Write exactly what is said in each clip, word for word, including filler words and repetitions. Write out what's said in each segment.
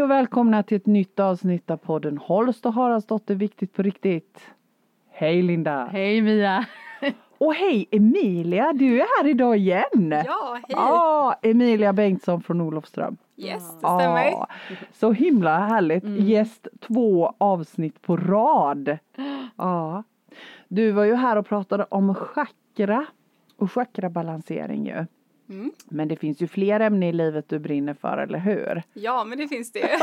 och välkomna till ett nytt avsnitt av podden Holst och Haraldsdotter viktigt på riktigt. Hej Linda. Hej Mia. Och hej Emilia, du är här idag igen. Ja, hej. Ja, Emilia Bengtsson från Olofström. Yes, det stämmer. Ja, så himla härligt. Mm. Gäst två avsnitt på rad. Ja. Du var ju här och pratade om chakra och chakrabalansering ju. Mm. Men det finns ju fler ämnen i livet du brinner för, eller hur? Ja, men det finns det.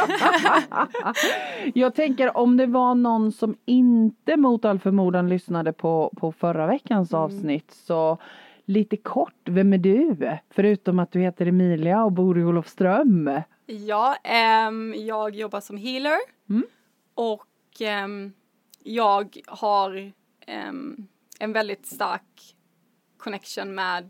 Jag tänker om det var någon som inte mot all förmodan lyssnade på, på förra veckans Mm. avsnitt, så lite kort, vem är du? Förutom att du heter Emilia och bor i Olofström. Ja, ehm, jag jobbar som healer. Mm. Och ehm, jag har ehm, en väldigt stark connection med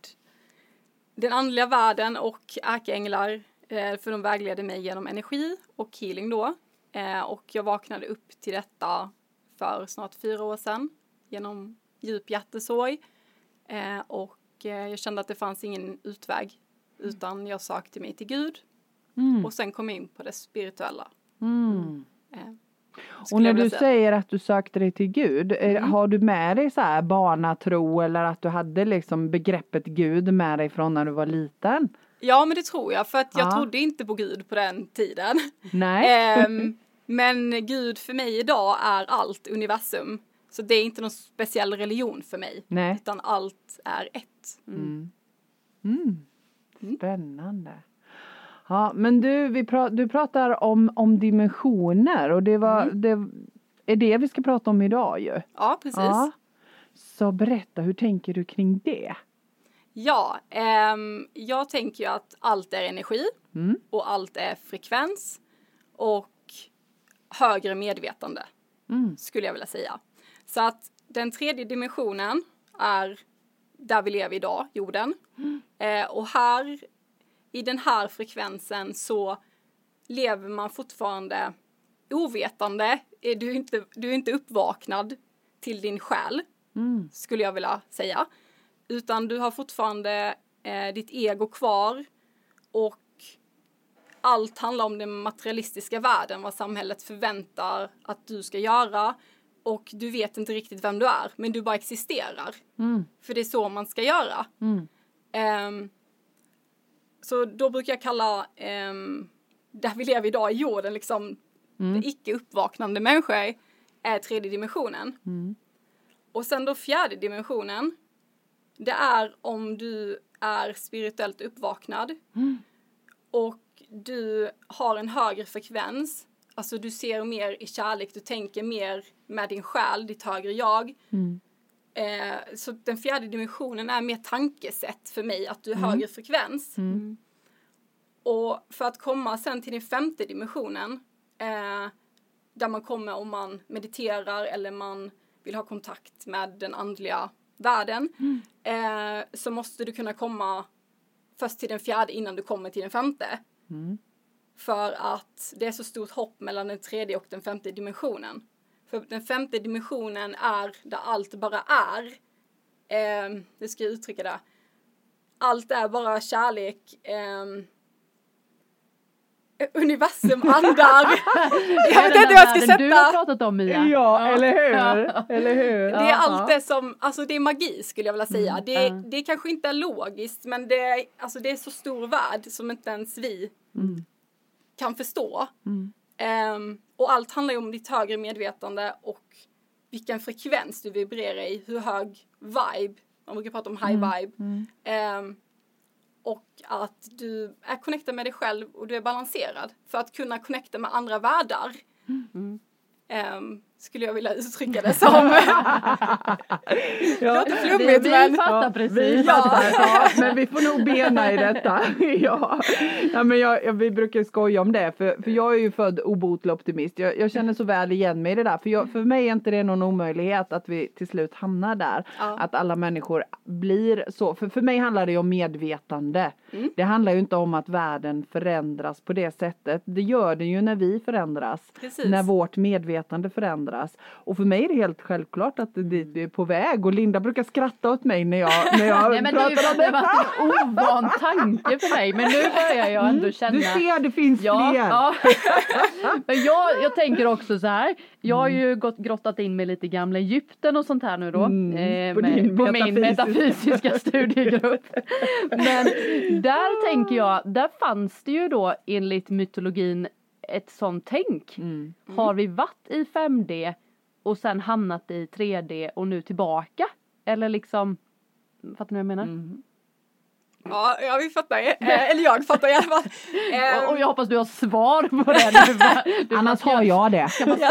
den andliga världen och ärkeänglar. Eh, för de vägleder mig genom energi och healing då. Eh, och jag vaknade upp till detta för snart fyra år sedan. Genom djup hjärtesorg. Eh, och eh, jag kände att det fanns ingen utväg. Utan jag sökte mig till Gud. Mm. Och sen kom jag in på det spirituella. Mm. Eh, Och när jag vilja du säga. säger att du sökte dig till Gud, Mm. har du med dig så här barnatro eller att du hade liksom begreppet Gud med dig från när du var liten? Ja, men det tror jag. För att jag Ja. trodde inte på Gud på den tiden. Nej. Ehm, men Gud för mig idag är allt universum. Så det är inte någon speciell religion för mig. Nej. Utan allt är ett. Mm. Mm. Spännande. Ja, men du, vi pra- du pratar om, om dimensioner och det var Mm. det är det vi ska prata om idag ju. Ja, precis. Ja. Så berätta, hur tänker du kring det? Ja, ehm, jag tänker ju att allt är energi. Mm. Och allt är frekvens. Och högre medvetande. Mm. Skulle jag vilja säga. Så att den tredje dimensionen är där vi lever idag, jorden. Mm. Eh, och här, i den här frekvensen så lever man fortfarande ovetande. Eh, Du är inte, du är inte uppvaknad till din själ, Mm. skulle jag vilja säga. Utan du har fortfarande eh, ditt ego kvar. Och allt handlar om den materialistiska världen, vad samhället förväntar att du ska göra. Och du vet inte riktigt vem du är, men du bara existerar. Mm. För det är så man ska göra. Mm. Ehm, så då brukar jag kalla um, där vi lever idag i jorden, liksom Mm. det icke uppvaknande människor är tredje dimensionen. Mm. Och sen då fjärde dimensionen, det är om du är spirituellt uppvaknad. Mm. Och du har en högre frekvens. Alltså du ser mer i kärlek. Du tänker mer med din själ, ditt högre jag. Mm. Eh, så den fjärde dimensionen är mer tankesätt för mig. Att du är Mm. högre frekvens. Mm. Och för att komma sen till den femte dimensionen. Eh, där man kommer om man mediterar. Eller man vill ha kontakt med den andliga världen. Mm. Eh, så måste du kunna komma först till den fjärde innan du kommer till den femte. Mm. För att det är så stort hopp mellan den tredje och den femte dimensionen. För den femte dimensionen är där allt bara är. Eh, hur ska jag uttrycka det? Allt är bara kärlek. Eh, universum, andar. Jag vet inte vad jag ska sätta. Du har pratat om Mia. Ja, eller hur? Ja. Eller hur? Det är allt det som, alltså det är magi skulle jag vilja säga. Mm, Det, ja. det kanske inte är logiskt, men det är, alltså det är så stor värld som inte ens vi Mm. kan förstå. Mm. Ehm, och allt handlar ju om ditt högre medvetande och vilken frekvens du vibrerar i, hur hög vibe, man brukar prata om high Mm. vibe. Mm. Ehm, och att du är connectad med dig själv och du är balanserad. För att kunna connecta med andra världar. Mm. ehm, skulle jag vilja uttrycka det som. Ja, låter Det, flummigt, vi men fattar Vi precis. fattar, ja, men vi får nog bena i detta. Ja. Ja, men jag, jag, vi brukar skoja om det, för, för jag är ju född obotlig optimist. Jag, jag känner så väl igen mig i det där, för, jag, för mig är inte det någon omöjlighet att vi till slut hamnar där. Ja. Att alla människor blir så, för, för mig handlar det ju om medvetande. Mm. Det handlar ju inte om att världen förändras på det sättet. Det gör det ju när vi förändras. Precis. När vårt medvetande förändras. ändras. Och för mig är det helt självklart att det dit vi är på väg. Och Linda brukar skratta åt mig när jag, när jag Nej, men pratar nu, om det detta. var en ovan tanke för mig. Men nu börjar jag ändå känna. Du ser, det finns Ja, fler. ja. Men jag, jag tänker också så här. Jag har ju gått grottat in med lite gamla Egypten och sånt här nu då. Mm, eh, på med, din på min metafysiska. metafysiska studiegrupp. Men där tänker jag, där fanns det ju då enligt mytologin ett sånt tänk. Mm. Har vi varit i fem D och sen hamnat i tre D och nu tillbaka? Eller liksom, fattar ni vad jag menar? Mm. Ja, ja, vi fattar. Eh, eller jag fattar i alla fall. Eh, Och, och jag hoppas du har svar på det. Du bara, du Annars bara, har jag det.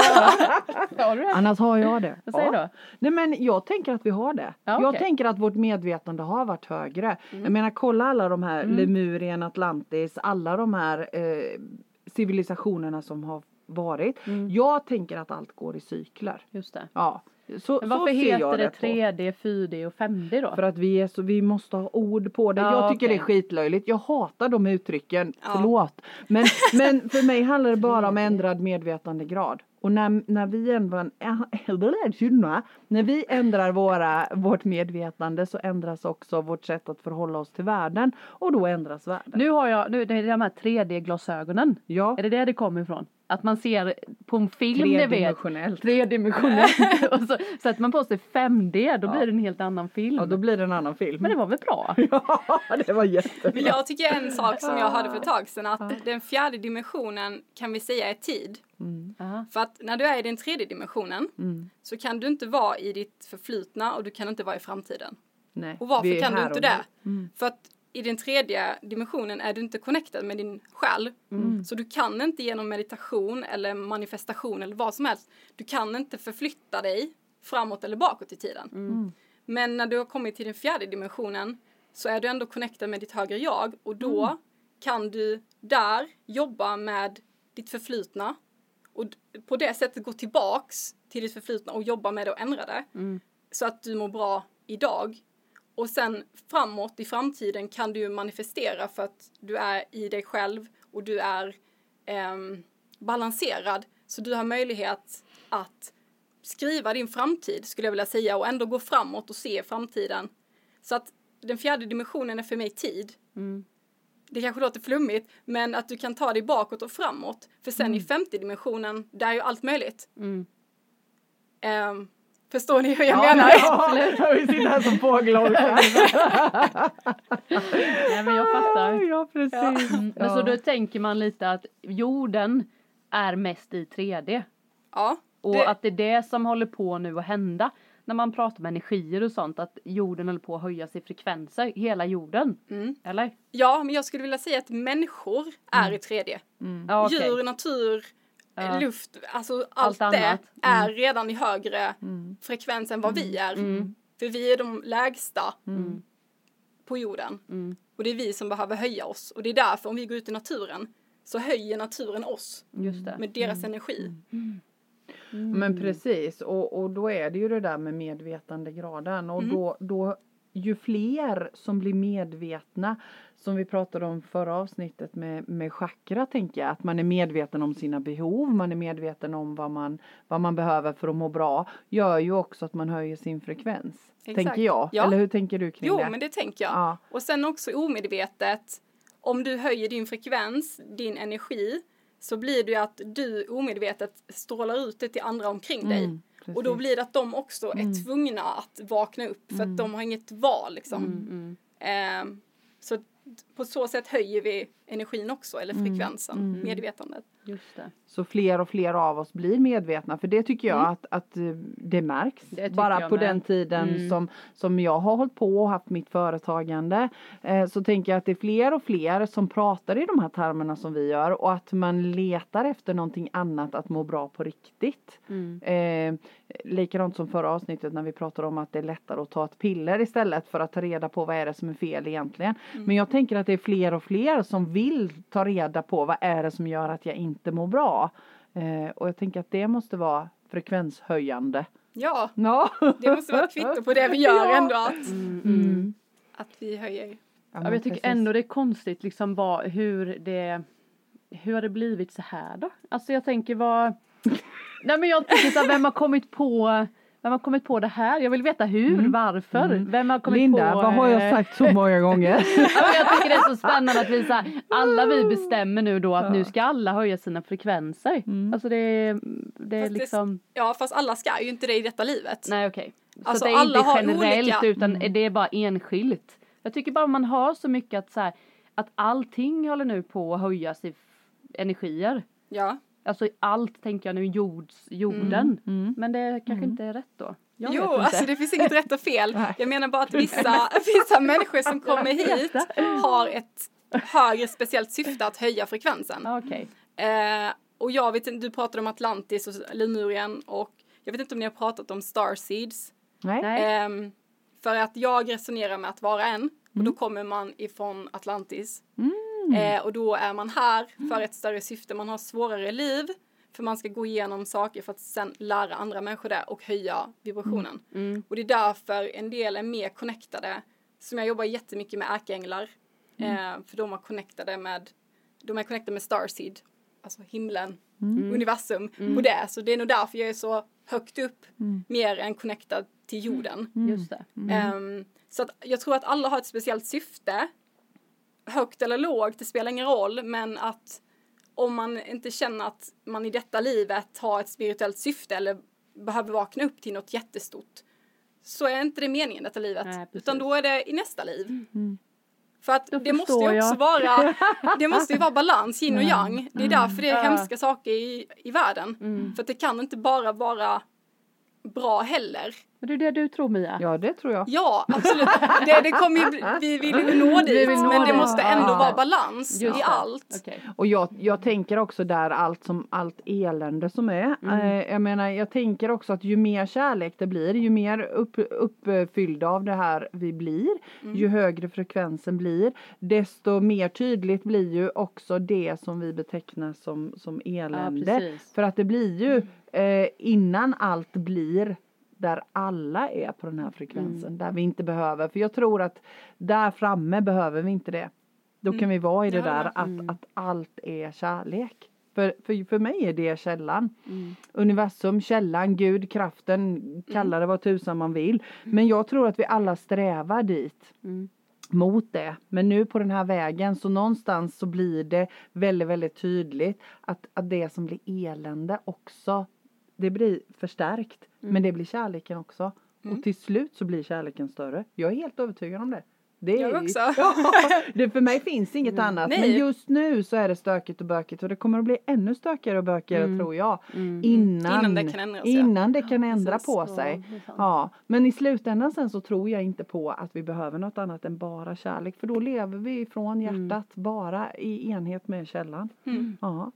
Har du det? Annars har jag det. Vad säger Ja. du? Nej, men jag tänker att vi har det. Ja, Jag okej. tänker att vårt medvetande har varit högre. Mm. Jag menar, kolla alla de här Mm. Lemurien, Atlantis, alla de här eh, civilisationerna som har varit. Mm. Jag tänker att allt går i cykler. Just det. Ja, så, Men så varför ser heter jag det på. tre D, fyra D och fem D då? För att vi är så, vi måste ha ord på det. Ja, jag tycker okej. det är skitlöjligt. Jag hatar de uttrycken. Ja. Förlåt. Men, men för mig handlar det bara om ändrad medvetandegrad. Och när, när vi ändrar, när vi ändrar våra, vårt medvetande så ändras också vårt sätt att förhålla oss till världen. Och då ändras världen. Nu har jag, nu det är de här tre D-glasögonen. Ja, Är det det det kommer ifrån? Att man ser på en film, ni vet. tredimensionellt. Tredimensionellt. Och så sätter man på sig fem D, då Ja. blir det en helt annan film. Ja, då blir det en annan film. Men det var väl bra? Ja, det var jättebra. Men jag tycker en sak som jag hörde för ett tag sedan, att den fjärde dimensionen kan vi säga är tid. Mm, Aha. För att när du är i den tredje dimensionen mm. så kan du inte vara i ditt förflutna och du kan inte vara i framtiden. Nej, Och varför vi är kan du här inte och det? nu. Mm. För att i den tredje dimensionen är du inte connectad med din själ. Mm. Så du kan inte genom meditation eller manifestation eller vad som helst. Du kan inte förflytta dig framåt eller bakåt i tiden. Mm. Men när du har kommit till den fjärde dimensionen så är du ändå connectad med ditt högre jag. Och då Mm. kan du där jobba med ditt förflutna. Och d- på det sättet gå tillbaks till ditt förflutna och jobba med det och ändra det. Mm. Så att du mår bra idag. Och sen framåt i framtiden kan du ju manifestera för att du är i dig själv och du är ehm, balanserad. Så du har möjlighet att skriva din framtid, skulle jag vilja säga, och ändå gå framåt och se framtiden. Så att den fjärde dimensionen är för mig tid. Mm. Det kanske låter flummigt, men att du kan ta dig bakåt och framåt. För sen Mm. i femte dimensionen, där är ju allt möjligt. Mm. Ehm, förstår ni hur jag Ja, menar? ja, vi sitter här som fågelholkar. Nej, men jag fattar. Ja, precis. Mm. Men Ja. så då tänker man lite att jorden är mest i tre D. Ja, Och det, att det är det som håller på nu att hända. När man pratar med energier och sånt. Att jorden håller på att höjas i frekvenser. Hela jorden. mm. Eller? ja, men jag skulle vilja säga att människor är i tredje. Mm. Ja, okej. Djur, natur, Ja. luft, alltså allt, Allt det annat. är redan i högre Mm. frekvens än vad vi är. Mm. För vi är de lägsta Mm. på jorden. Mm. Och det är vi som behöver höja oss. Och det är därför om vi går ut i naturen så höjer naturen oss Just det. med deras energi. Mm. Men precis, och, och då är det ju det där med medvetandegraden. Och Mm. då, då, ju fler som blir medvetna, som vi pratade om förra avsnittet med, med chakra, tänker jag. Att man är medveten om sina behov, man är medveten om vad man, vad man behöver för att må bra. Gör ju också att man höjer sin frekvens, Exakt. tänker jag. Ja. Eller hur tänker du kring Jo, det? men det tänker jag. Ja. Och sen också omedvetet, om du höjer din frekvens, din energi, så blir det ju att du omedvetet strålar ut det till andra omkring dig. Mm, Och då precis. blir det att de också Mm. är tvungna att vakna upp för Mm. att de har inget val liksom. Mm. Mm. Ehm, så på så sätt höjer vi energin också, eller Mm. frekvensen, Mm. medvetandet. Just det. Så fler och fler av oss blir medvetna. För det tycker jag Mm. att, att eh, det märks. Det tycker Bara jag på med. den tiden Mm. som, som jag har hållit på och haft mitt företagande. Eh, så tänker jag att det är fler och fler som pratar i de här termerna som vi gör. Och att man letar efter någonting annat att må bra på riktigt. Mm. Eh, likadant som förra avsnittet när vi pratade om att det är lättare att ta ett piller istället för att ta reda på vad är det som är fel egentligen. Mm. Men jag tänker att det är fler och fler som vill ta reda på vad är det som gör att jag inte mår bra. Eh, och jag tänker att det måste vara frekvenshöjande. Ja, Ja. det måste vara ett kvitto på det vi gör Ja. ändå, att, Mm. Mm. att vi höjer. Ja, Ja, men men jag tycker precis. ändå det är konstigt liksom vad, hur det hur har det blivit så här då? Alltså jag tänker vad Nej men jag tänker så här, vem har kommit på Vem har kommit på det här? Jag vill veta hur, mm. varför. Mm. Vem har kommit Linda, på... vad har jag sagt så många gånger? Jag tycker det är så spännande att vi så här, alla vi bestämmer nu då att ja. nu ska alla höja sina frekvenser. Mm. Alltså det, det är liksom... Det, ja, fast alla ska ju inte det i detta livet. Nej, okej. Okay. Så alltså, det är alla inte har generellt olika... utan mm. det är bara enskilt. Jag tycker bara man har så mycket att så här, att allting håller nu på att höjas i energier. Ja. Alltså allt tänker jag nu jords, jorden. Mm. Mm. Men det kanske mm. inte är rätt då. Jag jo, alltså det finns inget rätt och fel. Jag menar bara att vissa, vissa människor som kommer hit har ett högre speciellt syfte att höja frekvensen. Okay. Eh, och jag vet inte, du pratade om Atlantis och Lemurien och jag vet inte om ni har pratat om Starseeds. Nej. Eh, för att jag resonerar med att vara en mm. och då kommer man ifrån Atlantis. Mm. Eh, och då är man här för ett större syfte. Man har svårare liv. För man ska gå igenom saker för att sen lära andra människor det och höja vibrationen. Mm. Mm. Och det är därför en del är mer connectade. Som jag jobbar jättemycket med ärkeänglar. Mm. Eh, för de är connectade med, de är connectade med Starseed. Alltså himlen, mm. universum mm. och det. Så det är nog därför jag är så högt upp. Mm. Mer än connectad till jorden. Mm. Just det. Mm. Eh, så att jag tror att alla har ett speciellt syfte. Högt eller lågt, det spelar ingen roll. Men att om man inte känner att man i detta livet har ett spirituellt syfte eller behöver vakna upp till något jättestort, så är inte det meningen i detta livet. Nej, utan då är det i nästa liv. Mm. För att det måste ju också vara det måste ju vara balans, yin och yang. Det är därför det är hemska saker i, i världen. Mm. För att det kan inte bara vara bra heller. Men det är det du tror, Mia? Ja, det tror jag. Ja, absolut. Det, det kommer ju, vi vill ju nå dit, nå men det, det måste ändå ja. vara balans Just i det. allt. Okay. Och jag, jag tänker också där allt som allt elände som är. Mm. Eh, jag menar, jag tänker också att ju mer kärlek det blir, ju mer upp, uppfyllda av det här vi blir, mm. ju högre frekvensen blir, desto mer tydligt blir ju också det som vi betecknar som, som elände. Ja, för att det blir ju eh, innan allt blir där alla är på den här frekvensen. Mm. Där vi inte behöver. För jag tror att där framme behöver vi inte det. Då mm. kan vi vara i det ja, där att, mm. att allt är kärlek. För, för, för mig är det källan. Mm. Universum, källan, Gud, kraften. Kalla det vad tusan man vill. Men jag tror att vi alla strävar dit. Mm. Mot det. Men nu på den här vägen så någonstans så blir det väldigt, väldigt tydligt. Att, att det som blir elände också, det blir förstärkt. Mm. Men det blir kärleken också. Mm. Och till slut så blir kärleken större. Jag är helt övertygad om det. Det är, jag också. Ja, det för mig finns inget mm. annat. Nej. Men just nu så är det stökigt och bökigt. Och det kommer att bli ännu stökigare och bökigare mm. tror jag. Mm. Innan, innan det kan ändra, innan det kan ändra på sig. Ja, ja. Men i slutändan sen så tror jag inte på att vi behöver något annat än bara kärlek. För då lever vi från hjärtat mm. bara i enhet med källan. Mm. Ja.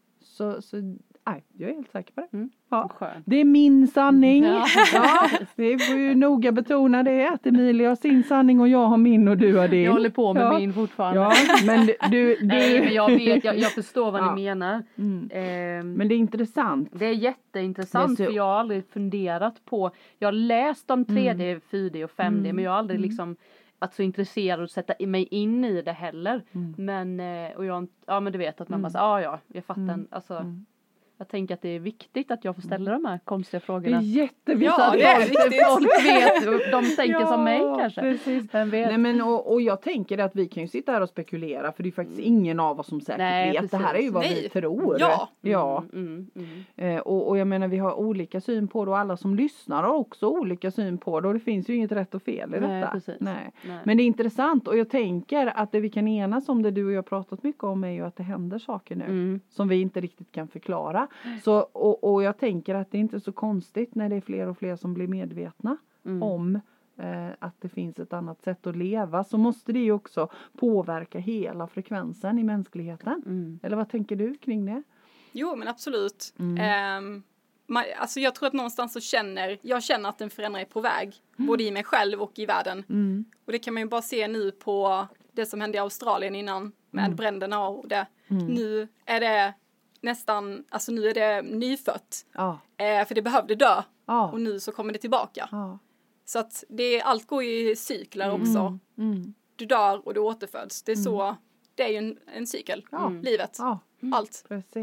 Så, så nej, jag är helt säker på det. Mm. Ja. Det är min sanning. Ja. Ja, vi får ju noga betona det. Att Emilia har sin sanning och jag har min och du har din. Jag håller på med ja. min fortfarande. Ja, men du, du... Nej, men jag vet, jag, jag förstår vad ja. ni menar. Mm. Um, men det är intressant. Det är jätteintressant det är så... för jag har aldrig funderat på. Jag har läst om tre D, mm. fyra D och fem D mm. men jag har aldrig mm. liksom att så intresserad och sätta mig in i det heller. Mm. Men och jag ja men du vet att man mm. bara ja ja, jag fattar mm. alltså mm. Jag tänker att det är viktigt att jag får ställa de här konstiga frågorna. Det är jätteviktigt. Ja, det är viktigt. Folk vet, de tänker ja, som mig kanske. Precis. Vem vet? Nej, men, och, och jag tänker att vi kan ju sitta här och spekulera. För det är faktiskt ingen av oss som säkert Nej, vet. Precis. Det här är ju vad Nej. vi tror. Ja. ja. Mm, mm, mm. Eh, och, och jag menar vi har olika syn på det. Och alla som lyssnar har också olika syn på det. Och det finns ju inget rätt och fel i Nej, detta. Precis. Nej. Nej. Men det är intressant. Och jag tänker att det vi kan enas om, det du och jag pratat mycket om, är ju att det händer saker nu. Mm. Som vi inte riktigt kan förklara. Så Och, och jag tänker att det är inte så konstigt när det är fler och fler som blir medvetna mm. om eh, att det finns ett annat sätt att leva. Så måste det ju också påverka hela frekvensen i mänskligheten. Mm. Eller vad tänker du kring det? Jo, men absolut. Mm. Um, man, alltså jag tror att någonstans så känner, jag känner att en förändring är på väg. Mm. Både i mig själv och i världen. Mm. Och det kan man ju bara se nu på det som hände i Australien innan. Med mm. bränderna och det. Mm. Nu är det nästan, alltså nu är det nyfött. Ah. Eh, för det behövde dö. Ah. Och nu så kommer det tillbaka. Ah. Så att det, allt går ju i cykler mm. också. Mm. Du dör och du återföds. Det är mm. så, det är ju en, en cykel. Mm. Livet. Mm. Allt. Precis.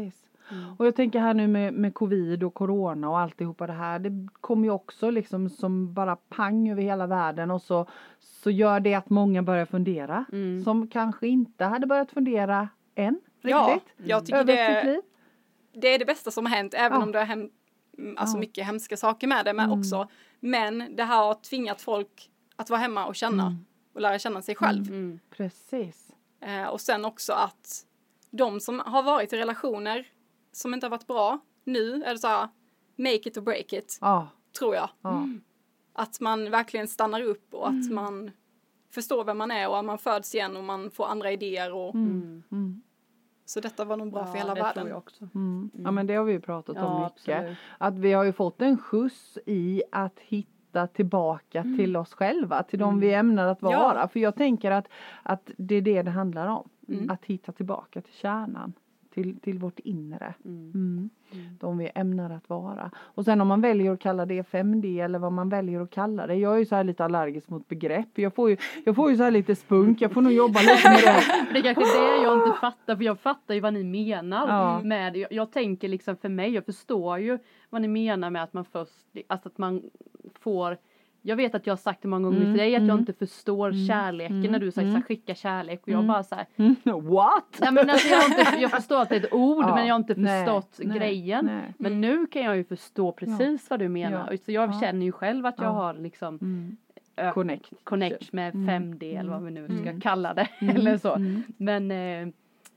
Mm. Och jag tänker här nu med, med covid och corona och alltihopa det här. Det kommer ju också liksom som bara pang över hela världen. Och så, så gör det att många börjar fundera. Mm. Som kanske inte hade börjat fundera än. Ja, riktigt, jag tycker det, det är det bästa som har hänt. Även ja. om det har hänt alltså ja. mycket hemska saker med det med mm. också. Men det här har tvingat folk att vara hemma och känna. Mm. Och lära känna sig själv. Mm. Precis. Eh, och sen också att de som har varit i relationer som inte har varit bra, nu är det så här, make it or break it, ah. tror jag. Ah. Mm. Att man verkligen stannar upp och att mm. man förstår vem man är och att man föds igen och man får andra idéer. Och, mm. Mm. Så detta var nog bra ja, för hela det världen. Tror jag också. Mm. Mm. Ja, men det har vi ju pratat ja, om mycket. Absolut. Att vi har ju fått en skjuts i att hitta tillbaka mm. till oss själva, till mm. de vi ämnar att vara. Ja. För jag tänker att, att det är det det handlar om. Mm. Att hitta tillbaka till kärnan. Till, till vårt inre. Mm. Mm. Mm. De vi ämnar att vara. Och sen om man väljer att kalla det fem D eller vad man väljer att kalla det. Jag är ju så här lite allergisk mot begrepp. Jag får ju, jag får ju så här lite spunk. Jag får nog jobba lite med det. Det är kanske det jag inte fattar. För jag fattar ju vad ni menar. Ja. Med, jag, jag tänker liksom för mig. Jag förstår ju vad ni menar med att man först. Alltså att man får. Jag vet att jag har sagt det många gånger mm, till dig att mm, jag inte förstår mm, kärleken mm, när du säger mm, skicka kärlek och jag mm, bara så här. Mm, what? Nej, men alltså jag, har inte, jag förstår att det är ett ord ja, men jag har inte nej, förstått nej, grejen. Nej. Men nu kan jag ju förstå precis ja. vad du menar. Ja. Så jag ja. känner ju själv att jag ja. har liksom mm. ö, connect. connect med mm. fem D eller vad vi nu ska mm. kalla det. Mm. eller så. Mm. Men eh,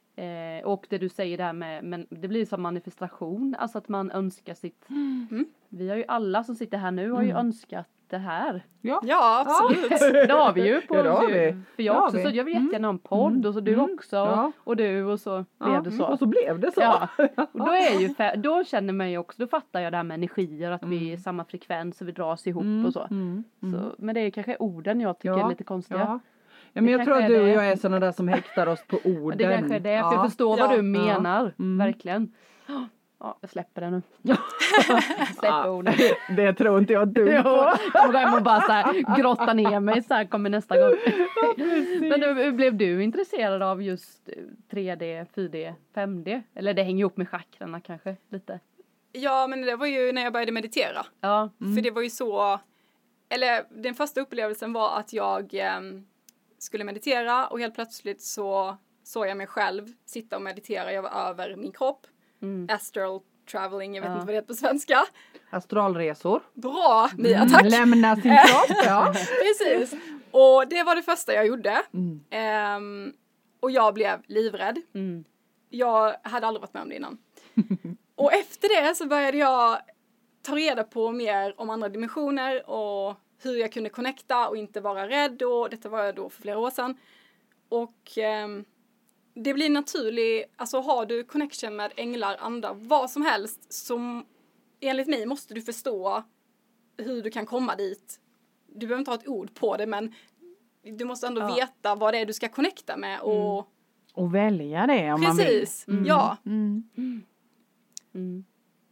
eh, och det du säger där med men det blir som manifestation. Alltså att man önskar sitt. Mm. Vi har ju alla som sitter här nu har ju mm. önskat det här. Ja, ja absolut. Det har vi ju på ja, det har vi. För jag också, så jag vill jättegärna ha en podd mm. och så du mm. också ja. och du och så ja. blev det så. Och så blev det så. Ja. Och då är ju då känner man ju också, då fattar jag det här med energier att mm. vi är samma frekvens och vi dras ihop mm. och så. Mm. Mm. så. Men det är kanske orden jag tycker ja. är lite konstiga. Ja. Ja, men jag tror att du och jag är sådana där som häktar oss på orden. Det kanske är det, för ja. jag förstår ja. vad du menar, ja. mm. verkligen. Ja, jag släpper det nu. Släpper ja, orden. Det tror inte jag du jo, på. Jag går hem och bara så här, grotta ner mig så här kommer nästa gång. Ja, men hur blev du intresserad av just tre D, fyra D, fem D? Eller det hänger ihop med chakrarna kanske lite. Ja, men det var ju när jag började meditera. Ja. Mm. För det var ju så, eller den första upplevelsen var att jag eh, skulle meditera och helt plötsligt så såg jag mig själv sitta och meditera. Jag var över min kropp. Mm. Astral traveling, jag vet ja. inte vad det heter på svenska. Astralresor. Bra, Mia, tack. Mm, lämna sin kropp, ja. Precis. Och det var det första jag gjorde. Mm. Um, och jag blev livrädd. Mm. Jag hade aldrig varit med om det innan. Och efter det så började jag ta reda på mer om andra dimensioner och hur jag kunde connecta och inte vara rädd. Och detta var jag då för flera år sedan. Och um, det blir naturligt, alltså har du connection med änglar, andar, vad som helst, som enligt mig måste du förstå hur du kan komma dit. Du behöver inte ha ett ord på det, men du måste ändå ja. veta vad det är du ska connecta med. Och, mm. och välja det om precis, man vill. Precis, mm. ja. Mm. Mm. Mm.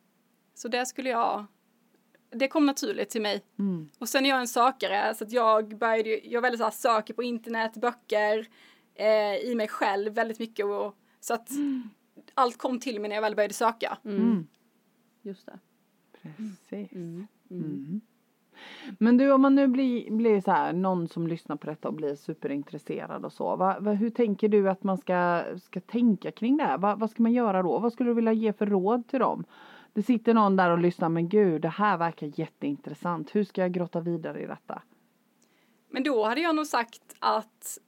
Så det skulle jag, det kom naturligt till mig. Mm. Och sen är jag en sökare, så att jag började, jag väldigt så här söker på internet, böcker, eh, i mig själv väldigt mycket. Och, så att mm. allt kom till mig när jag väl började söka. Mm. Just det. Precis. Mm. Mm. Mm. Men du, om man nu blir, blir så här, någon som lyssnar på detta och blir superintresserad och så. Va, va, hur tänker du att man ska, ska tänka kring det här? Va, vad ska man göra då? Vad skulle du vilja ge för råd till dem? Det sitter någon där och lyssnar, men gud, det här verkar jätteintressant. Hur ska jag grotta vidare i detta? Men då hade jag nog sagt att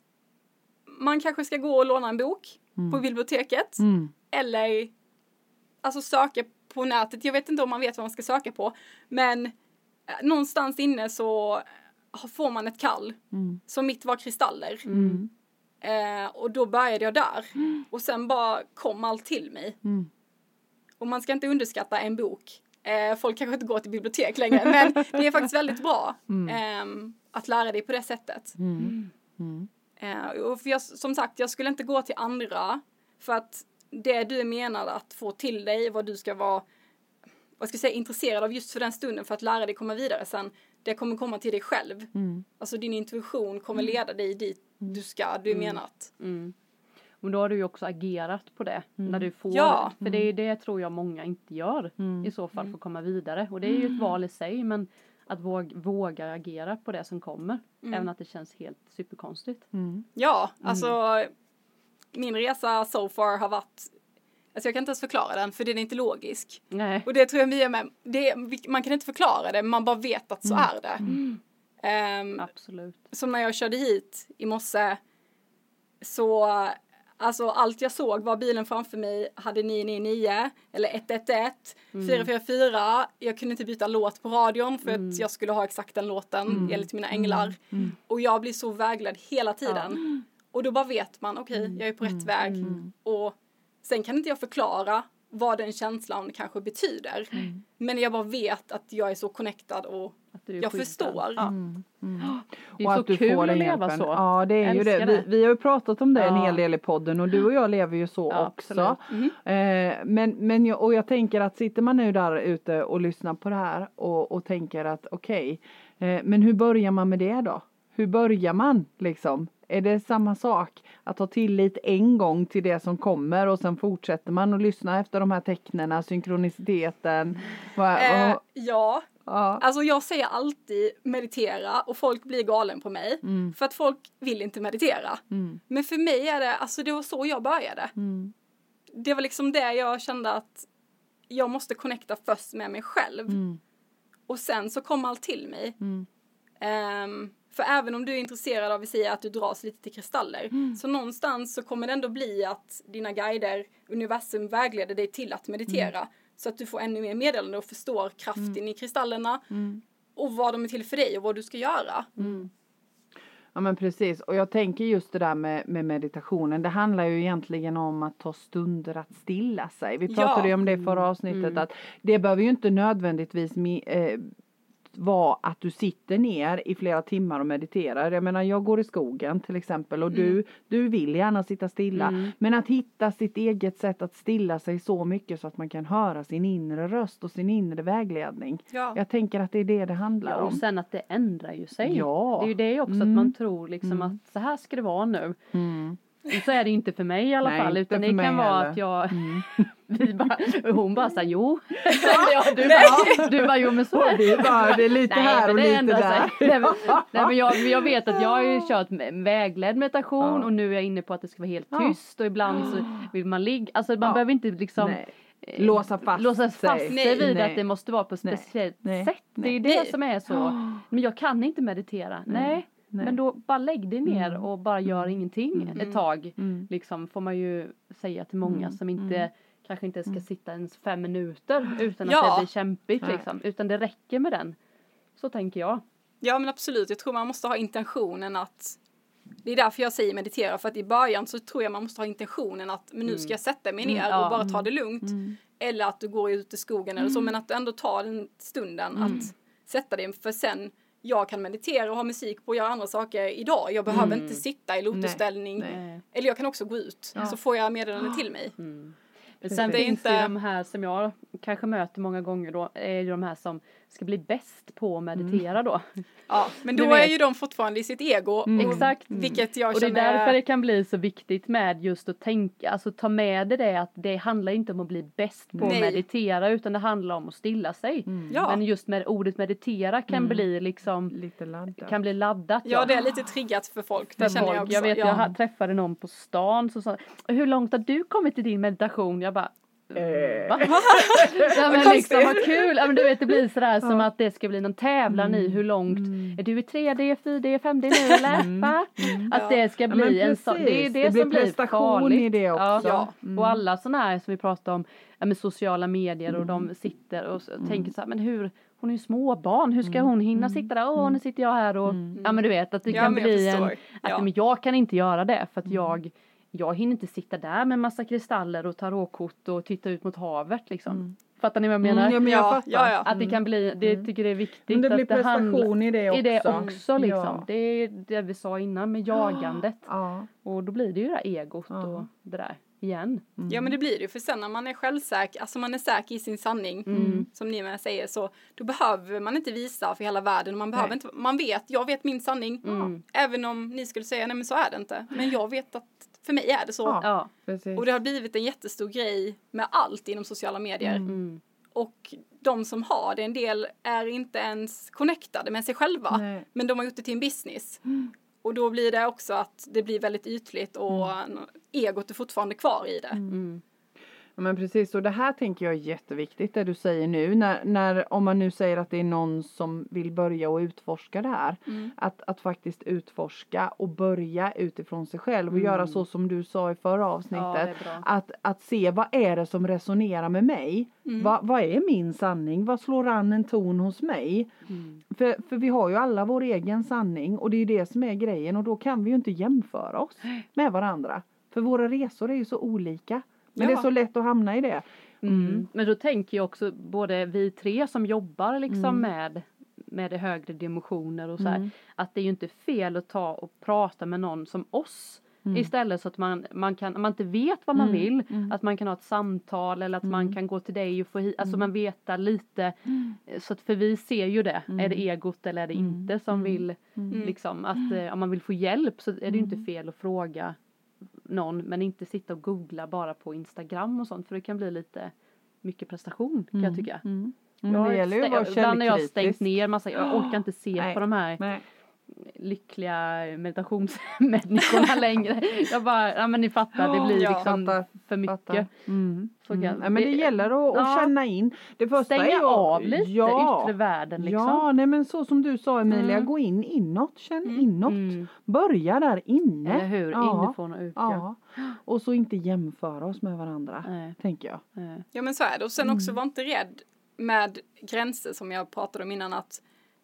man kanske ska gå och låna en bok mm. på biblioteket. Mm. Eller alltså söka på nätet. Jag vet inte om man vet vad man ska söka på. Men någonstans inne så får man ett kall. Mm. Så mitt var kristaller. Mm. Eh, och då började jag där. Mm. Och sen bara kom allt till mig. Mm. Och man ska inte underskatta en bok. Eh, folk kanske inte går till bibliotek längre. Men det är faktiskt väldigt bra. Mm. Eh, att lära dig på det sättet. Mm. Mm. Eh, och för jag, som sagt, jag skulle inte gå till andra. För att det du menar att få till dig. Vad du ska vara vad ska jag säga, intresserad av just för den stunden. För att lära dig komma vidare sen. Det kommer komma till dig själv. Mm. Alltså din intuition kommer leda dig dit du ska. Du är mm. menat. Mm. Men då har du ju också agerat på det. Mm. När du får. Ja. För det, det tror jag många inte gör. Mm. I så fall för att komma vidare. Och det är ju ett val i sig. Men att våga, våga agera på det som kommer. Mm. Även att det känns helt superkonstigt. Mm. Ja, alltså mm. min resa so far har varit, alltså jag kan inte ens förklara den för den är inte logisk. Nej. Och det tror jag vi är med. Det, man kan inte förklara det, man bara vet att så mm. är det. Mm. Um, Absolut. Som när jag körde hit i morse så, alltså allt jag såg var bilen framför mig hade nio nio nio eller ett ett ett, mm. fyra fyra fyra. Jag kunde inte byta låt på radion för mm. att jag skulle ha exakt den låten mm. enligt mina änglar. Mm. Och jag blir så vägledd hela tiden. Ja. Och då bara vet man, okej, okay, mm. jag är på rätt mm. väg. Mm. Och sen kan inte jag förklara vad den känslan kanske betyder. Mm. Men jag bara vet att jag är så connectad och jag förstår. Ja. Mm. Mm. Det är och så att du kul får att leva hjälpen. så. Ja, det är ju det. Vi, vi har ju pratat om det en ja. hel del i podden och du och jag lever ju så ja, också. Mm. Eh, men, men jag, och jag tänker att sitter man nu där ute och lyssnar på det här och, och tänker att okej, okay, eh, men hur börjar man med det då? Hur börjar man liksom? Är det samma sak att ha tillit en gång till det som kommer och sen fortsätter man att lyssna efter de här tecknena, synkroniciteten? Eh, ja, ja, alltså jag säger alltid meditera och folk blir galen på mig mm. för att folk vill inte meditera. Mm. Men för mig är det, alltså det var så jag började. Mm. Det var liksom det jag kände att jag måste connecta först med mig själv. Mm. Och sen så kom allt till mig. Mm. Um, För även om du är intresserad av att säga att du dras lite till kristaller. Mm. Så någonstans så kommer det ändå bli att dina guider, universum vägleder dig till att meditera. Mm. Så att du får ännu mer meddelande och förstår kraften mm. i kristallerna. Mm. Och vad de är till för dig och vad du ska göra. Mm. Ja men precis. Och jag tänker just det där med, med meditationen. Det handlar ju egentligen om att ta stunder att stilla sig. Vi pratade ju ja. om det i förra avsnittet. Mm. Att det behöver ju inte nödvändigtvis eh, var att du sitter ner i flera timmar och mediterar. Jag menar, jag går i skogen till exempel och mm. du, du vill gärna sitta stilla. Mm. Men att hitta sitt eget sätt att stilla sig så mycket så att man kan höra sin inre röst och sin inre vägledning. Ja. Jag tänker att det är det det handlar ja, om. Och sen att det ändrar ju sig. Ja. Det är ju det också mm. att man tror liksom mm. att så här ska det vara nu. Mm. Och så är det inte för mig i alla Nej, fall. Utan det kan heller. vara att jag... Mm. vi bara, hon bara sa jo. ja, du, bara, du bara jo men så är det. Bara, det är lite Nej, här och lite där. Nej, men, nej, men jag, jag vet att jag har ju kört vägledd meditation. Ja. Och nu är jag inne på att det ska vara helt ja. tyst. Och ibland så vill man ligga. Alltså man ja. behöver inte liksom... Nej. Låsa fast, låsa fast sig, sig vid nej. att det måste vara på ett speciellt nej. sätt. Nej. Det är ju det nej. som är så. Men jag kan inte meditera. Nej. nej. Nej. Men då bara lägg dig ner mm. och bara gör ingenting mm. ett tag. Mm. Liksom får man ju säga till många mm. som inte mm. kanske inte ska sitta ens fem minuter utan ja. att det blir kämpigt. Liksom. Utan det räcker med den. Så tänker jag. Ja men absolut. Jag tror man måste ha intentionen att... Det är därför jag säger meditera. För att i början så tror jag man måste ha intentionen att men nu ska jag sätta mig ner mm. ja. och bara ta det lugnt. Mm. Eller att du går ut i skogen eller så. Men att du ändå tar den stunden mm. att sätta dig. För sen... Jag kan meditera och ha musik på och göra andra saker idag. Jag behöver mm. inte sitta i lotusställning. Nej, nej. Eller jag kan också gå ut. Ja. Så får jag meddelande till mig. Mm. Men sen det finns inte... ju de här som jag kanske möter många gånger då. Är ju de här som ska bli bäst på att meditera mm. då. Ja, men då är ju de fortfarande i sitt ego. Mm. Och, Exakt. Vilket jag och känner... det är därför det kan bli så viktigt med just att tänka. Alltså ta med det, det att det handlar inte om att bli bäst på Nej. att meditera. Utan det handlar om att stilla sig. Mm. Ja. Men just med ordet meditera kan mm. bli liksom... Lite laddat. Kan bli laddat. Ja, ja det är lite triggat för folk. Det för känner folk. jag också. Jag vet, ja. jag träffade någon på stan som sa, hur långt har du kommit i din meditation? Jag bara... Va? ja, men liksom vad kul. Ja, men du vet det blir sådär ja. som att det ska bli någon tävlan mm. i hur långt mm. är du i tre D, fyra D, fem D nu eller? Mm. Mm. Att det ska bli ja, en sån det är det, det som blir farligt i det också. Ja. Mm. Och alla sådana här som vi pratar om ja, med sociala medier mm. och de sitter och mm. tänker så här, men hur hon är ju småbarn, hur ska mm. hon hinna sitta där? Åh, oh, nu sitter jag här och mm. ja men du vet att det ja, kan bli en att ja. men jag kan inte göra det för att mm. jag Jag hinner inte sitta där med massa kristaller och tarotkort och titta ut mot havet liksom. Mm. Fattar ni vad jag menar? Mm, ja, men jag ja, fattar. Ja, ja. Att det kan bli, det mm. tycker det är viktigt. Men det blir att det prestation i det också. I det också liksom. Ja. Det är det vi sa innan med jagandet. Ja. Och då blir det ju det där egot ja. och det där igen. Mm. Ja men det blir det ju. För sen när man är självsäker, alltså man är säker i sin sanning. Mm. Som ni med säger så. Då behöver man inte visa för hela världen. Man behöver inte, man vet, jag vet min sanning. Mm. Även om ni skulle säga, nej men så är det inte. Men jag vet att för mig är det så. Ja, precis. Och det har blivit en jättestor grej med allt inom sociala medier. Mm. Och de som har det, en del är inte ens connectade med sig själva. Nej. Men de har gjort det till en business. Mm. Och då blir det också att det blir väldigt ytligt och Mm. egot är fortfarande kvar i det. Mm. Ja, men precis, och det här tänker jag är jätteviktigt det du säger nu. När, när, om man nu säger att det är någon som vill börja och utforska det här. Mm. Att, att faktiskt utforska och börja utifrån sig själv. Och Mm. göra så som du sa i förra Ja, avsnittet. det är bra. Att, att se vad är det som resonerar med mig. Mm. Va, vad är min sanning? Vad slår an en ton hos mig? Mm. För, för vi har ju alla vår egen sanning. Och det är ju det som är grejen. Och då kan vi ju inte jämföra oss med varandra. För våra resor är ju så olika. Men Ja. det är så lätt att hamna i det. Mm. Mm. Men då tänker jag också både vi tre som jobbar liksom Mm. med, med det högre dimensioner och så här, Mm. att det är ju inte fel att ta och prata med någon som oss. Mm. Istället så att man, man kan, om man inte vet vad man Mm. vill, Mm. att man kan ha ett samtal eller att man Mm. kan gå till dig och få hit, alltså Mm. man veta lite, så att för vi ser ju det, Mm. är det egot eller är det Mm. inte som Mm. vill, Mm. liksom att eh, om man vill få hjälp så är det ju inte Mm. fel att fråga någon, men inte sitta och googla bara på Instagram och sånt, för det kan bli lite mycket prestation kan jag tycka. Mm. Men Jag det har gäller ju att vara stä- ibland har jag stängt källkritisk. ner massa, jag orkar inte se Nej. på de här Nej. lyckliga meditationsmänniskorna längre. Jag bara, ja men ni fattar, det blir Ja, liksom fattar, för mycket. Fattar. Mm. Så Mm. kan- Ja, men det det- gäller att, att ja. känna in. Det första Stänga är ju, av lite ja, yttre världen liksom. Ja, nej men så som du sa Emilia, Mm. gå in inåt, känn Mm. inåt. Mm. Börja där inne. Eller hur, Ja. inifrån och ut. Ja. Ja. Och så inte jämföra oss med varandra, Nej, tänker jag. nej. Ja men så är det. Och sen också var inte rädd med gränser som jag pratade om innan, att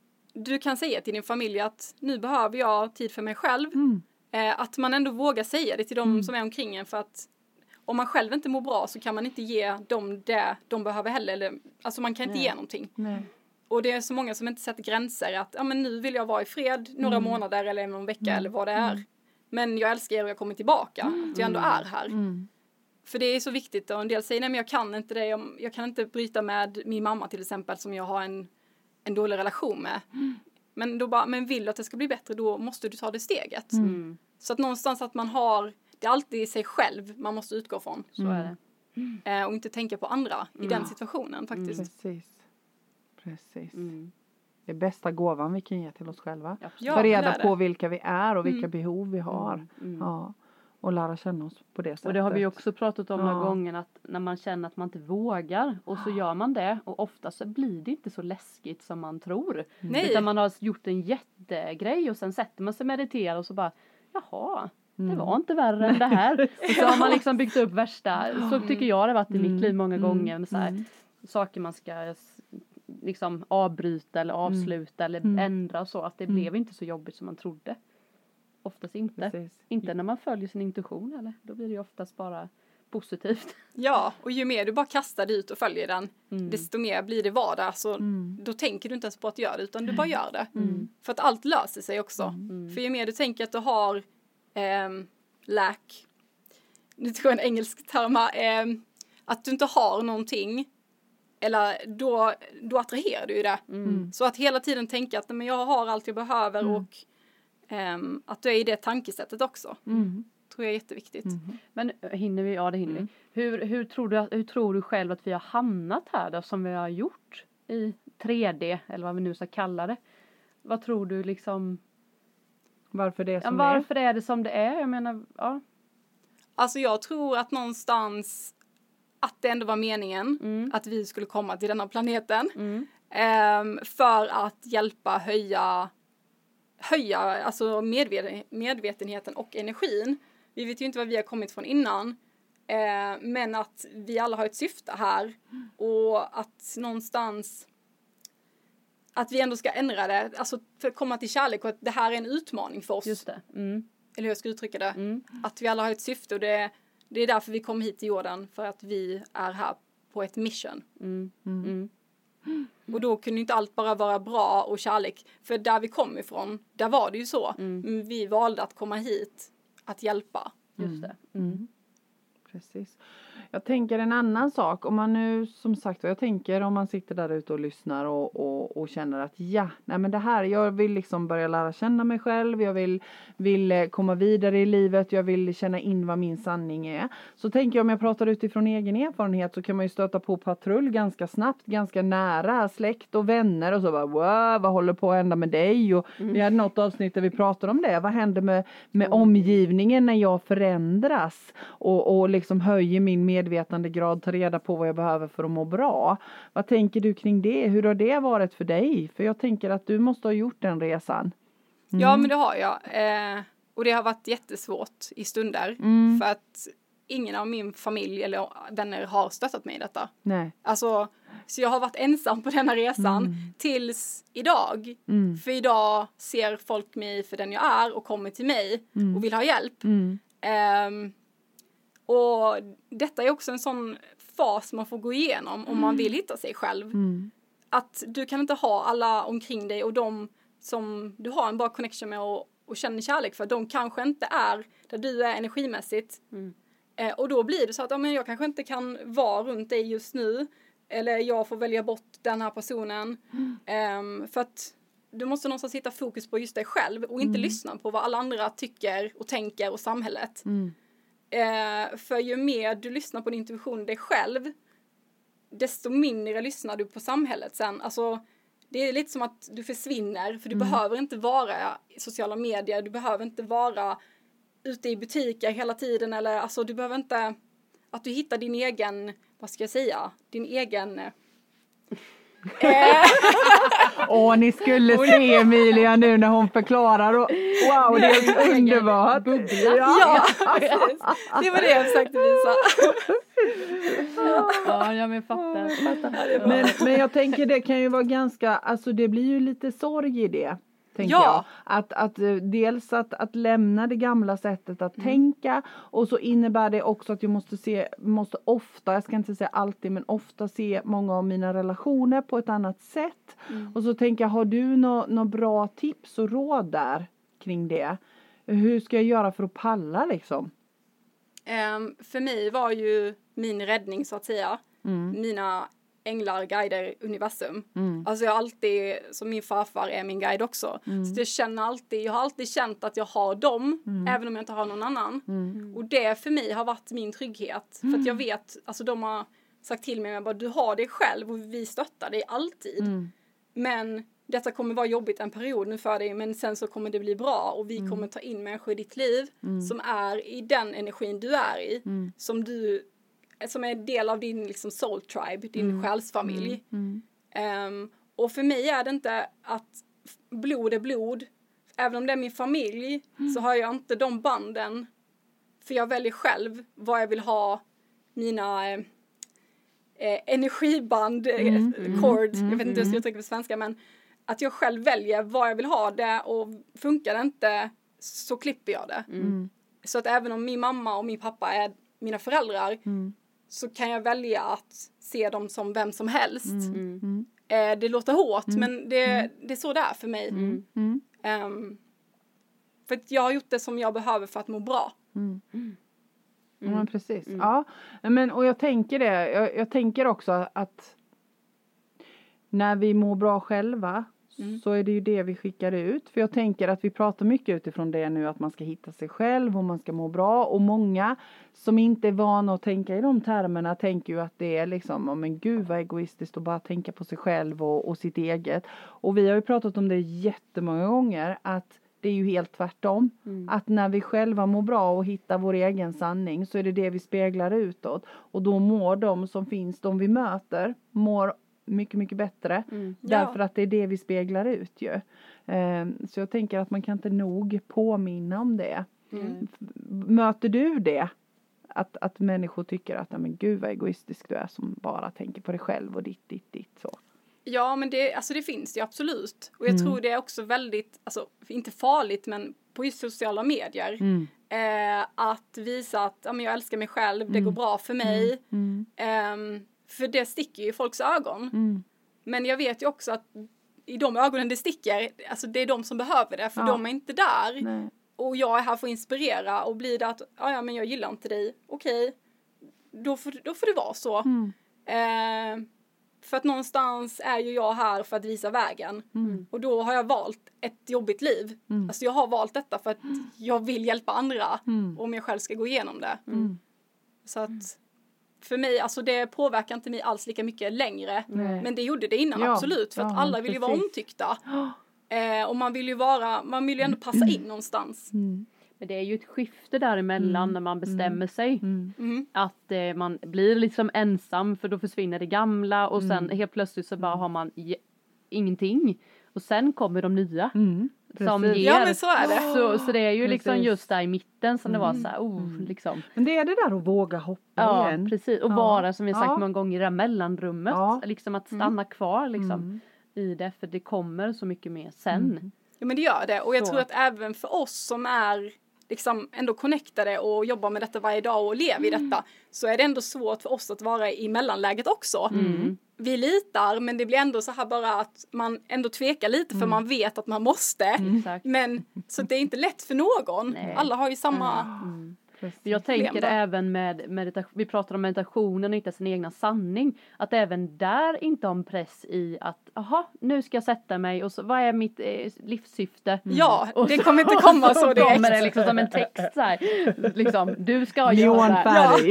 du kan säga till din familj att nu behöver jag tid för mig själv. Mm. Eh, att man ändå vågar säga det till dem Mm. som är omkring en, för att om man själv inte mår bra så kan man inte ge dem det de behöver heller. Eller, alltså man kan inte Nej. ge någonting. Nej. Och det är så många som inte sätter gränser, att ja, men nu vill jag vara i fred några Mm. månader eller någon vecka Mm. eller vad det är. Men jag älskar er och jag kommer tillbaka. Att jag ändå är här. Mm. För det är så viktigt, och en del säger nej men jag kan inte det, jag, jag kan inte bryta med min mamma till exempel som jag har en, en dålig relation med. Mm. Men då bara, men vill du att det ska bli bättre, då måste du ta det steget. Mm. Så att någonstans att man har, det är alltid sig själv man måste utgå från. Så Mm. är det. Eh, och inte tänka på andra i Mm. den situationen faktiskt. Precis. Precis. Mm. Det är bästa gåvan vi kan ge till oss själva. Absolut. Ja, Ta det reda är på det. vilka vi är och vilka Mm. behov vi har. Mm. Mm. Ja. Och lära känna oss på det sättet. Och det har vi ju också pratat om Ja. några gånger, att när man känner att man inte vågar och så gör man det, och ofta så blir det inte så läskigt som man tror. Nej. Utan man har gjort en jättegrej och sen sätter man sig och mediterar och så bara, jaha, det Mm. var inte värre än det här. Och så har man liksom byggt upp värsta, så tycker jag det har varit i mitt liv många Mm. gånger. Med så här, Mm. saker man ska s- liksom avbryta eller avsluta eller Mm. ändra, så att det Mm. blev inte så jobbigt som man trodde. Oftast inte. Precis. Inte när man följer sin intuition, eller? Då blir det ju oftast bara positivt. Ja, och ju mer du bara kastar det ut och följer den, Mm. desto mer blir det vardag. Så Mm. då tänker du inte ens på att göra det, utan du bara gör det. Mm. För att allt löser sig också. Mm. För ju mer du tänker att du har ehm, lack, nu tror jag en engelsk term här, ehm, att du inte har någonting, eller då, då attraherar du ju det. Mm. Så att hela tiden tänka att nej, men jag har allt jag behöver Mm. och ehm, att du är i det tankesättet också. Mm. Tror jag är jätteviktigt. Mm. Men hinner vi? Ja, det hinner Mm. vi. Hur, hur, tror du, hur tror du själv att vi har hamnat här då, som vi har gjort i tre D, eller vad vi nu ska kalla det? Vad tror du liksom, Varför det är ja, som varför är det som det är? Jag menar, ja. Alltså jag tror att någonstans att det ändå var meningen Mm. att vi skulle komma till denna planeten. Mm. Ehm, för att hjälpa höja, höja alltså medveten, medvetenheten och energin. Vi vet ju inte var vi har kommit från innan. Eh, men att vi alla har ett syfte här. Och att någonstans att vi ändå ska ändra det. Alltså för att komma till kärlek, och att det här är en utmaning för oss. Just det. Mm. Eller hur jag ska uttrycka det. Mm. Att vi alla har ett syfte, och det, det är därför vi kom hit till jorden. För att vi är här på ett mission. Mm. Mm. Mm. Och då kunde inte allt bara vara bra och kärlek. För där vi kom ifrån, där var det ju så. Mm. Men vi valde att komma hit att hjälpa. Just det. Mm. Mm. Precis. Jag tänker en annan sak, om man nu som sagt, jag tänker om man sitter där ute och lyssnar och, och, och känner att ja, nej men det här, jag vill liksom börja lära känna mig själv, jag vill, vill komma vidare i livet, jag vill känna in vad min sanning är. Så tänker jag, om jag pratar utifrån egen erfarenhet, så kan man ju stöta på patrull ganska snabbt, ganska nära, släkt och vänner och så bara, wow, vad håller på att hända med dig? Och mm. vi hade något avsnitt där vi pratade om det, vad händer med, med mm. omgivningen när jag förändras och, och liksom höjer min medvetandegrad, tar reda på vad jag behöver för att må bra. Vad tänker du kring det? Hur har det varit för dig? För jag tänker att du måste ha gjort den resan. Mm. Ja, men det har jag. Eh, och det har varit jättesvårt i stunder. Mm. För att ingen av min familj eller vänner har stöttat mig i detta. Nej. Alltså, så jag har varit ensam på denna resan mm. tills idag. Mm. För idag ser folk mig för den jag är och kommer till mig mm. och vill ha hjälp. Mm. Um, och detta är också en sån fas man får gå igenom om mm. man vill hitta sig själv. Mm. Att du kan inte ha alla omkring dig och de som du har en bra connection med och, och känner kärlek för, de kanske inte är där du är energimässigt. Mm. Eh, och då blir det så att ja, men jag kanske inte kan vara runt dig just nu. Eller jag får välja bort den här personen. Mm. Eh, för att du måste någonstans hitta fokus på just dig själv och inte mm. lyssna på vad alla andra tycker och tänker och samhället. Mm. Eh, för ju mer du lyssnar på din intuition dig själv, desto mindre lyssnar du på samhället sen. Alltså, det är lite som att du försvinner, för du mm. behöver inte vara i sociala medier, du behöver inte vara ute i butiker hela tiden, eller alltså du behöver inte, att du hittar din egen, vad ska jag säga, din egen Åh, oh, ni skulle se Emilia nu när hon förklarar och wow, det är underbart. Ja, ja, det var det jag försökte visa. Ja, jag men fattar. fattar. Men, men jag tänker det kan ju vara ganska, alltså det blir ju lite sorg i det. Tänker ja. jag. Att, att dels att, att lämna det gamla sättet att mm. tänka, och så innebär det också att jag måste se, måste ofta, jag ska inte säga alltid, men ofta se många av mina relationer på ett annat sätt. Mm. Och så tänker jag, har du några nå bra tips och råd där kring det? Hur ska jag göra för att palla liksom? Um, för mig var ju min räddning så att säga, mm. mina änglar, guider, universum. Mm. Alltså jag har alltid, som min farfar är min guide också. Mm. Så jag känner alltid, jag har alltid känt att jag har dem, mm. även om jag inte har någon annan. Mm. Och det för mig har varit min trygghet. Mm. För att jag vet, alltså de har sagt till mig, bara, du har dig själv och vi stöttar dig alltid. Mm. Men detta kommer vara jobbigt en period nu för dig, men sen så kommer det bli bra och vi mm. kommer ta in människor i ditt liv mm. som är i den energin du är i. Mm. Som du som är del av din liksom soul tribe, din mm. själsfamilj. Mm. Mm. Um, och för mig är det inte att blod är blod. Även om det är min familj mm. så har jag inte de banden. För jag väljer själv vad jag vill ha mina eh, energiband, mm. eh, cord, mm. jag vet inte hur jag ska uttrycka på svenska, men att jag själv väljer vad jag vill ha det, och funkar det inte så klipper jag det. Mm. Så att även om min mamma och min pappa är mina föräldrar mm. så kan jag välja att se dem som vem som helst. Mm. Mm. Eh, det låter hårt, mm. men det, mm. det är så det är för mig. Mm. Mm. Um, för att jag har gjort det som jag behöver för att må bra. Mm. Mm. Mm. Ja, precis. Mm. Ja, men, och jag tänker det. Jag, jag tänker också att när vi mår bra själva Mm. så är det ju det vi skickar ut. För jag tänker att vi pratar mycket utifrån det nu, att man ska hitta sig själv och man ska må bra. Och många som inte är vana att tänka i de termerna tänker ju att det är liksom, oh, men gud vad egoistiskt att bara tänka på sig själv och, och sitt eget. Och vi har ju pratat om det jättemånga gånger, att det är ju helt tvärtom. Mm. Att när vi själva mår bra och hittar vår egen sanning, så är det det vi speglar utåt. Och då mår de som finns, de vi möter, mår mycket, mycket bättre. Mm. Därför ja. Att det är det vi speglar ut ju. Um, så jag tänker att man kan inte nog påminna om det. Mm. Möter du det? Att, att människor tycker att, men gud vad egoistisk du är som bara tänker på dig själv och ditt, ditt, ditt så. Ja, men det, alltså det finns ju absolut. Och jag mm. tror det är också väldigt, alltså inte farligt, men på just sociala medier. Mm. Eh, att visa att ja, men jag älskar mig själv, mm. det går bra för mig. Mm. Mm. Eh, för det sticker ju i folks ögon. Mm. Men jag vet ju också att i de ögonen det sticker, alltså det är de som behöver det. För ja. De är inte där. Nej. Och jag är här för att inspirera. Och blir det att, ja men jag gillar inte dig. Okej. då får, då får det vara så. Mm. Eh, för att någonstans är ju jag här för att visa vägen. Mm. Och då har jag valt ett jobbigt liv. Mm. Alltså jag har valt detta för att jag vill hjälpa andra. Mm. Om jag själv ska gå igenom det. Mm. Så att för mig, alltså det påverkar inte mig alls lika mycket längre. Nej. Men det gjorde det innan, Ja. absolut. För att Ja, alla vill ju vara precis. omtyckta. Eh, och man vill ju vara, man vill ju ändå passa in någonstans. Mm. Men det är ju ett skifte däremellan Mm. när man bestämmer sig. Mm. Mm. Att eh, man blir liksom ensam för då försvinner det gamla och sen Mm. helt plötsligt så bara har man je- ingenting. Och sen kommer de nya. Mm. Som Precis. ger. Ja, men så är det. Så, så det är ju liksom Precis. just där i mitten som det var Mm. så här, oh, Mm. liksom. Men det är det där att våga hoppa Ja, igen. precis. Och Ja. vara som vi sagt Ja. många gånger i det här mellanrummet. Ja. Liksom att stanna kvar liksom Mm. i det. För det kommer så mycket mer sen. Mm. Ja, men det gör det. Och jag Så. tror att även för oss som är liksom ändå connectade och jobbar med detta varje dag och lever i detta, så är det ändå svårt för oss att vara i mellanläget också. Mm. Vi litar, men det blir ändå så här bara att man ändå tvekar lite för man vet att man måste. Exakt. Men så det är inte lätt för någon. Nej. Alla har ju samma... Mm. Precis. Jag tänker Problem då. även med meditation, vi pratar om meditationen och inte sin egna sanning. Att även där inte ha en press i att, aha, nu ska jag sätta mig och så, vad är mitt eh, livssyfte? Ja, Och det så- kommer inte komma och så direkt. kommer det liksom som en text så här, liksom, du ska göra. Neonfärg.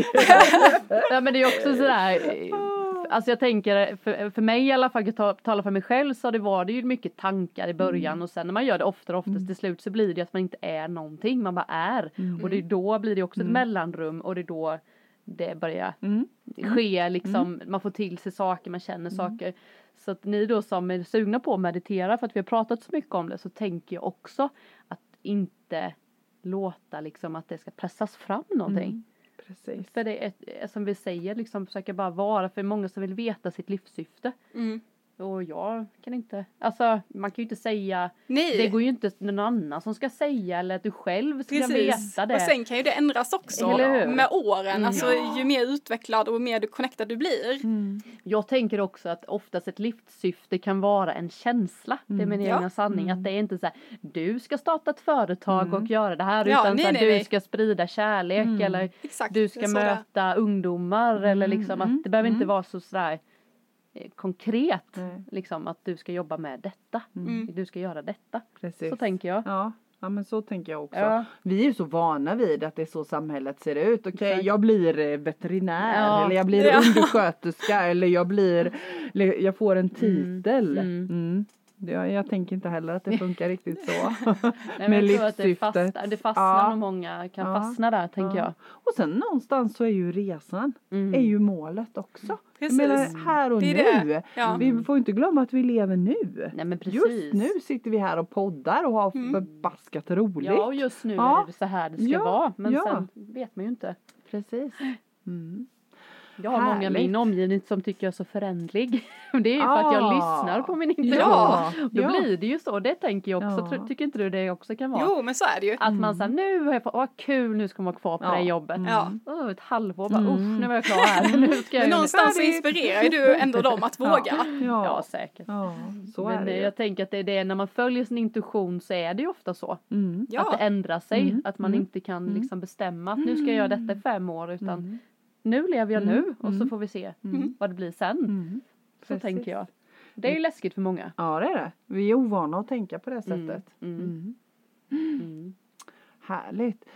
Ja, men det är också sådär, eh, alltså jag tänker, för, för mig i alla fall, jag ta- talar för mig själv, så det var det ju mycket tankar i början Mm. och sen när man gör det oftare oftast Mm. till slut så blir det att man inte är någonting, man bara är. Mm. Och det är då blir det också ett Mm. mellanrum och det är då det börjar Mm. ske liksom, man får till sig saker, man känner saker. Så att ni då som är sugna på att meditera, för att vi har pratat så mycket om det, så tänker jag också att inte låta liksom att det ska pressas fram någonting. Mm. Precis. För det är ett, som vi säger, liksom försöka bara vara, för många som vill veta sitt livssyfte. Mm. Och jag kan inte, alltså man kan ju inte säga, Nej. det går ju inte någon annan som ska säga, eller att du själv ska Precis. veta det. Och sen kan ju det ändras också Eller hur? med åren. Mm. Alltså ju mer utvecklad och mer du connectad du blir. Mm. Jag tänker också att oftast ett livssyfte kan vara en känsla. Det är min Ja. egna sanning. Mm. Att det är inte så här, du ska starta ett företag Mm. och göra det här. Ja, utan nej, så här, nej, du nej. ska sprida kärlek. Mm. Eller Exakt. du det ska är så det är. möta ungdomar. Eller liksom Mm. att det behöver inte Mm. vara så sådär eh, konkret. Nej. Liksom att du ska jobba med detta. Mm. Du ska göra detta. Precis. Så tänker jag. Ja. Ja, men så tänker jag också. Ja. Vi är ju så vana vid att det är så samhället ser ut. Okej, Exakt. jag blir eh, veterinär Ja. eller jag blir Ja. undersköterska eller jag blir, eller jag får en titel. Mm. Mm. Jag, jag tänker inte heller att det funkar riktigt så. Nej, men Med jag tror att det livssyftet. fastnar, det fastnar Ja. och många kan Ja. fastna där tänker Ja. Och sen någonstans så är ju resan, jag. Mm. är ju målet också. Precis. Jag menar här och Det är nu. det. Ja. Vi får inte glömma att vi lever nu. Nej men precis. Just nu sitter vi här och poddar och har Mm. förbaskat roligt. Ja, och just nu Ja. är det så här det ska Ja, vara. Men ja. sen vet man ju inte. Precis. Mm. Jag har många i Härligt. min omgivning som tycker jag är så förändlig. Det är ju för att jag Ah. lyssnar på min intuition. Ja. Då Ja. blir det ju så. Det tänker jag också. Ja. Tror- Tycker inte du det också kan vara? Jo, men så är det ju. Att man säger nu har jag fått, vad kul, nu ska man vara kvar på Ja. det här jobbet. Mm. Ja. Oh, ett halvår, bara Mm. usch nu var jag klar här. Nu ska jag Men göra någonstans så färdigt. inspirerar ju du ändå dem att våga. Ja. Ja, Ja. säkert. Ja, så Men är det eh, ju. jag tänker att det är det, när man följer sin intuition så är det ju ofta så. Mm. Att det Ja, ändrar sig. Mm. Att man Mm. inte kan Mm. liksom bestämma att nu ska jag göra detta i fem år. Utan Mm. nu lever jag Mm. nu och så Mm. får vi se Mm. vad det blir sen. Mm. Så Precis. tänker jag. Det är ju läskigt för många. Ja, det är det. Vi är ovana att tänka på det Mm. sättet. Mm. Mm. Mm. Härligt.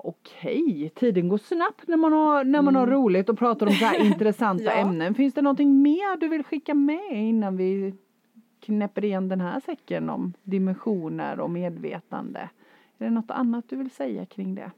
Okej, tiden går snabbt när man har, när man har roligt och pratar om så här intressanta Ja. ämnen. Finns det någonting mer du vill skicka med innan vi knäpper igen den här säcken om dimensioner och medvetande? Är det något annat du vill säga kring det?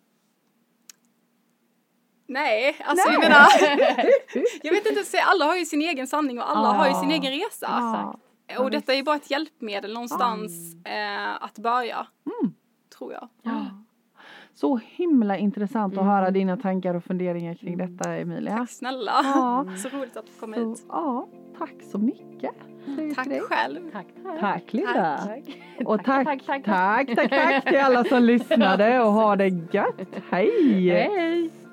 nej, alltså Nej. jag menar, jag vet inte, så alla har ju sin egen sanning och alla Ja. har ju sin egen resa. Ja. Och detta är ju bara ett hjälpmedel någonstans eh, att börja, Mm. tror jag. Ja. Så himla intressant att Mm. höra dina tankar och funderingar kring detta, Emilia. Tack snälla. Ja. Så roligt att du kom Så, hit. ja, tack så mycket. säger vi Tack till dig. själv. Tack, tack. Tack Linda. Tack. Och tack, tack, tack, tack, tack, tack till alla som lyssnade och ha det gött. Hej! Hej!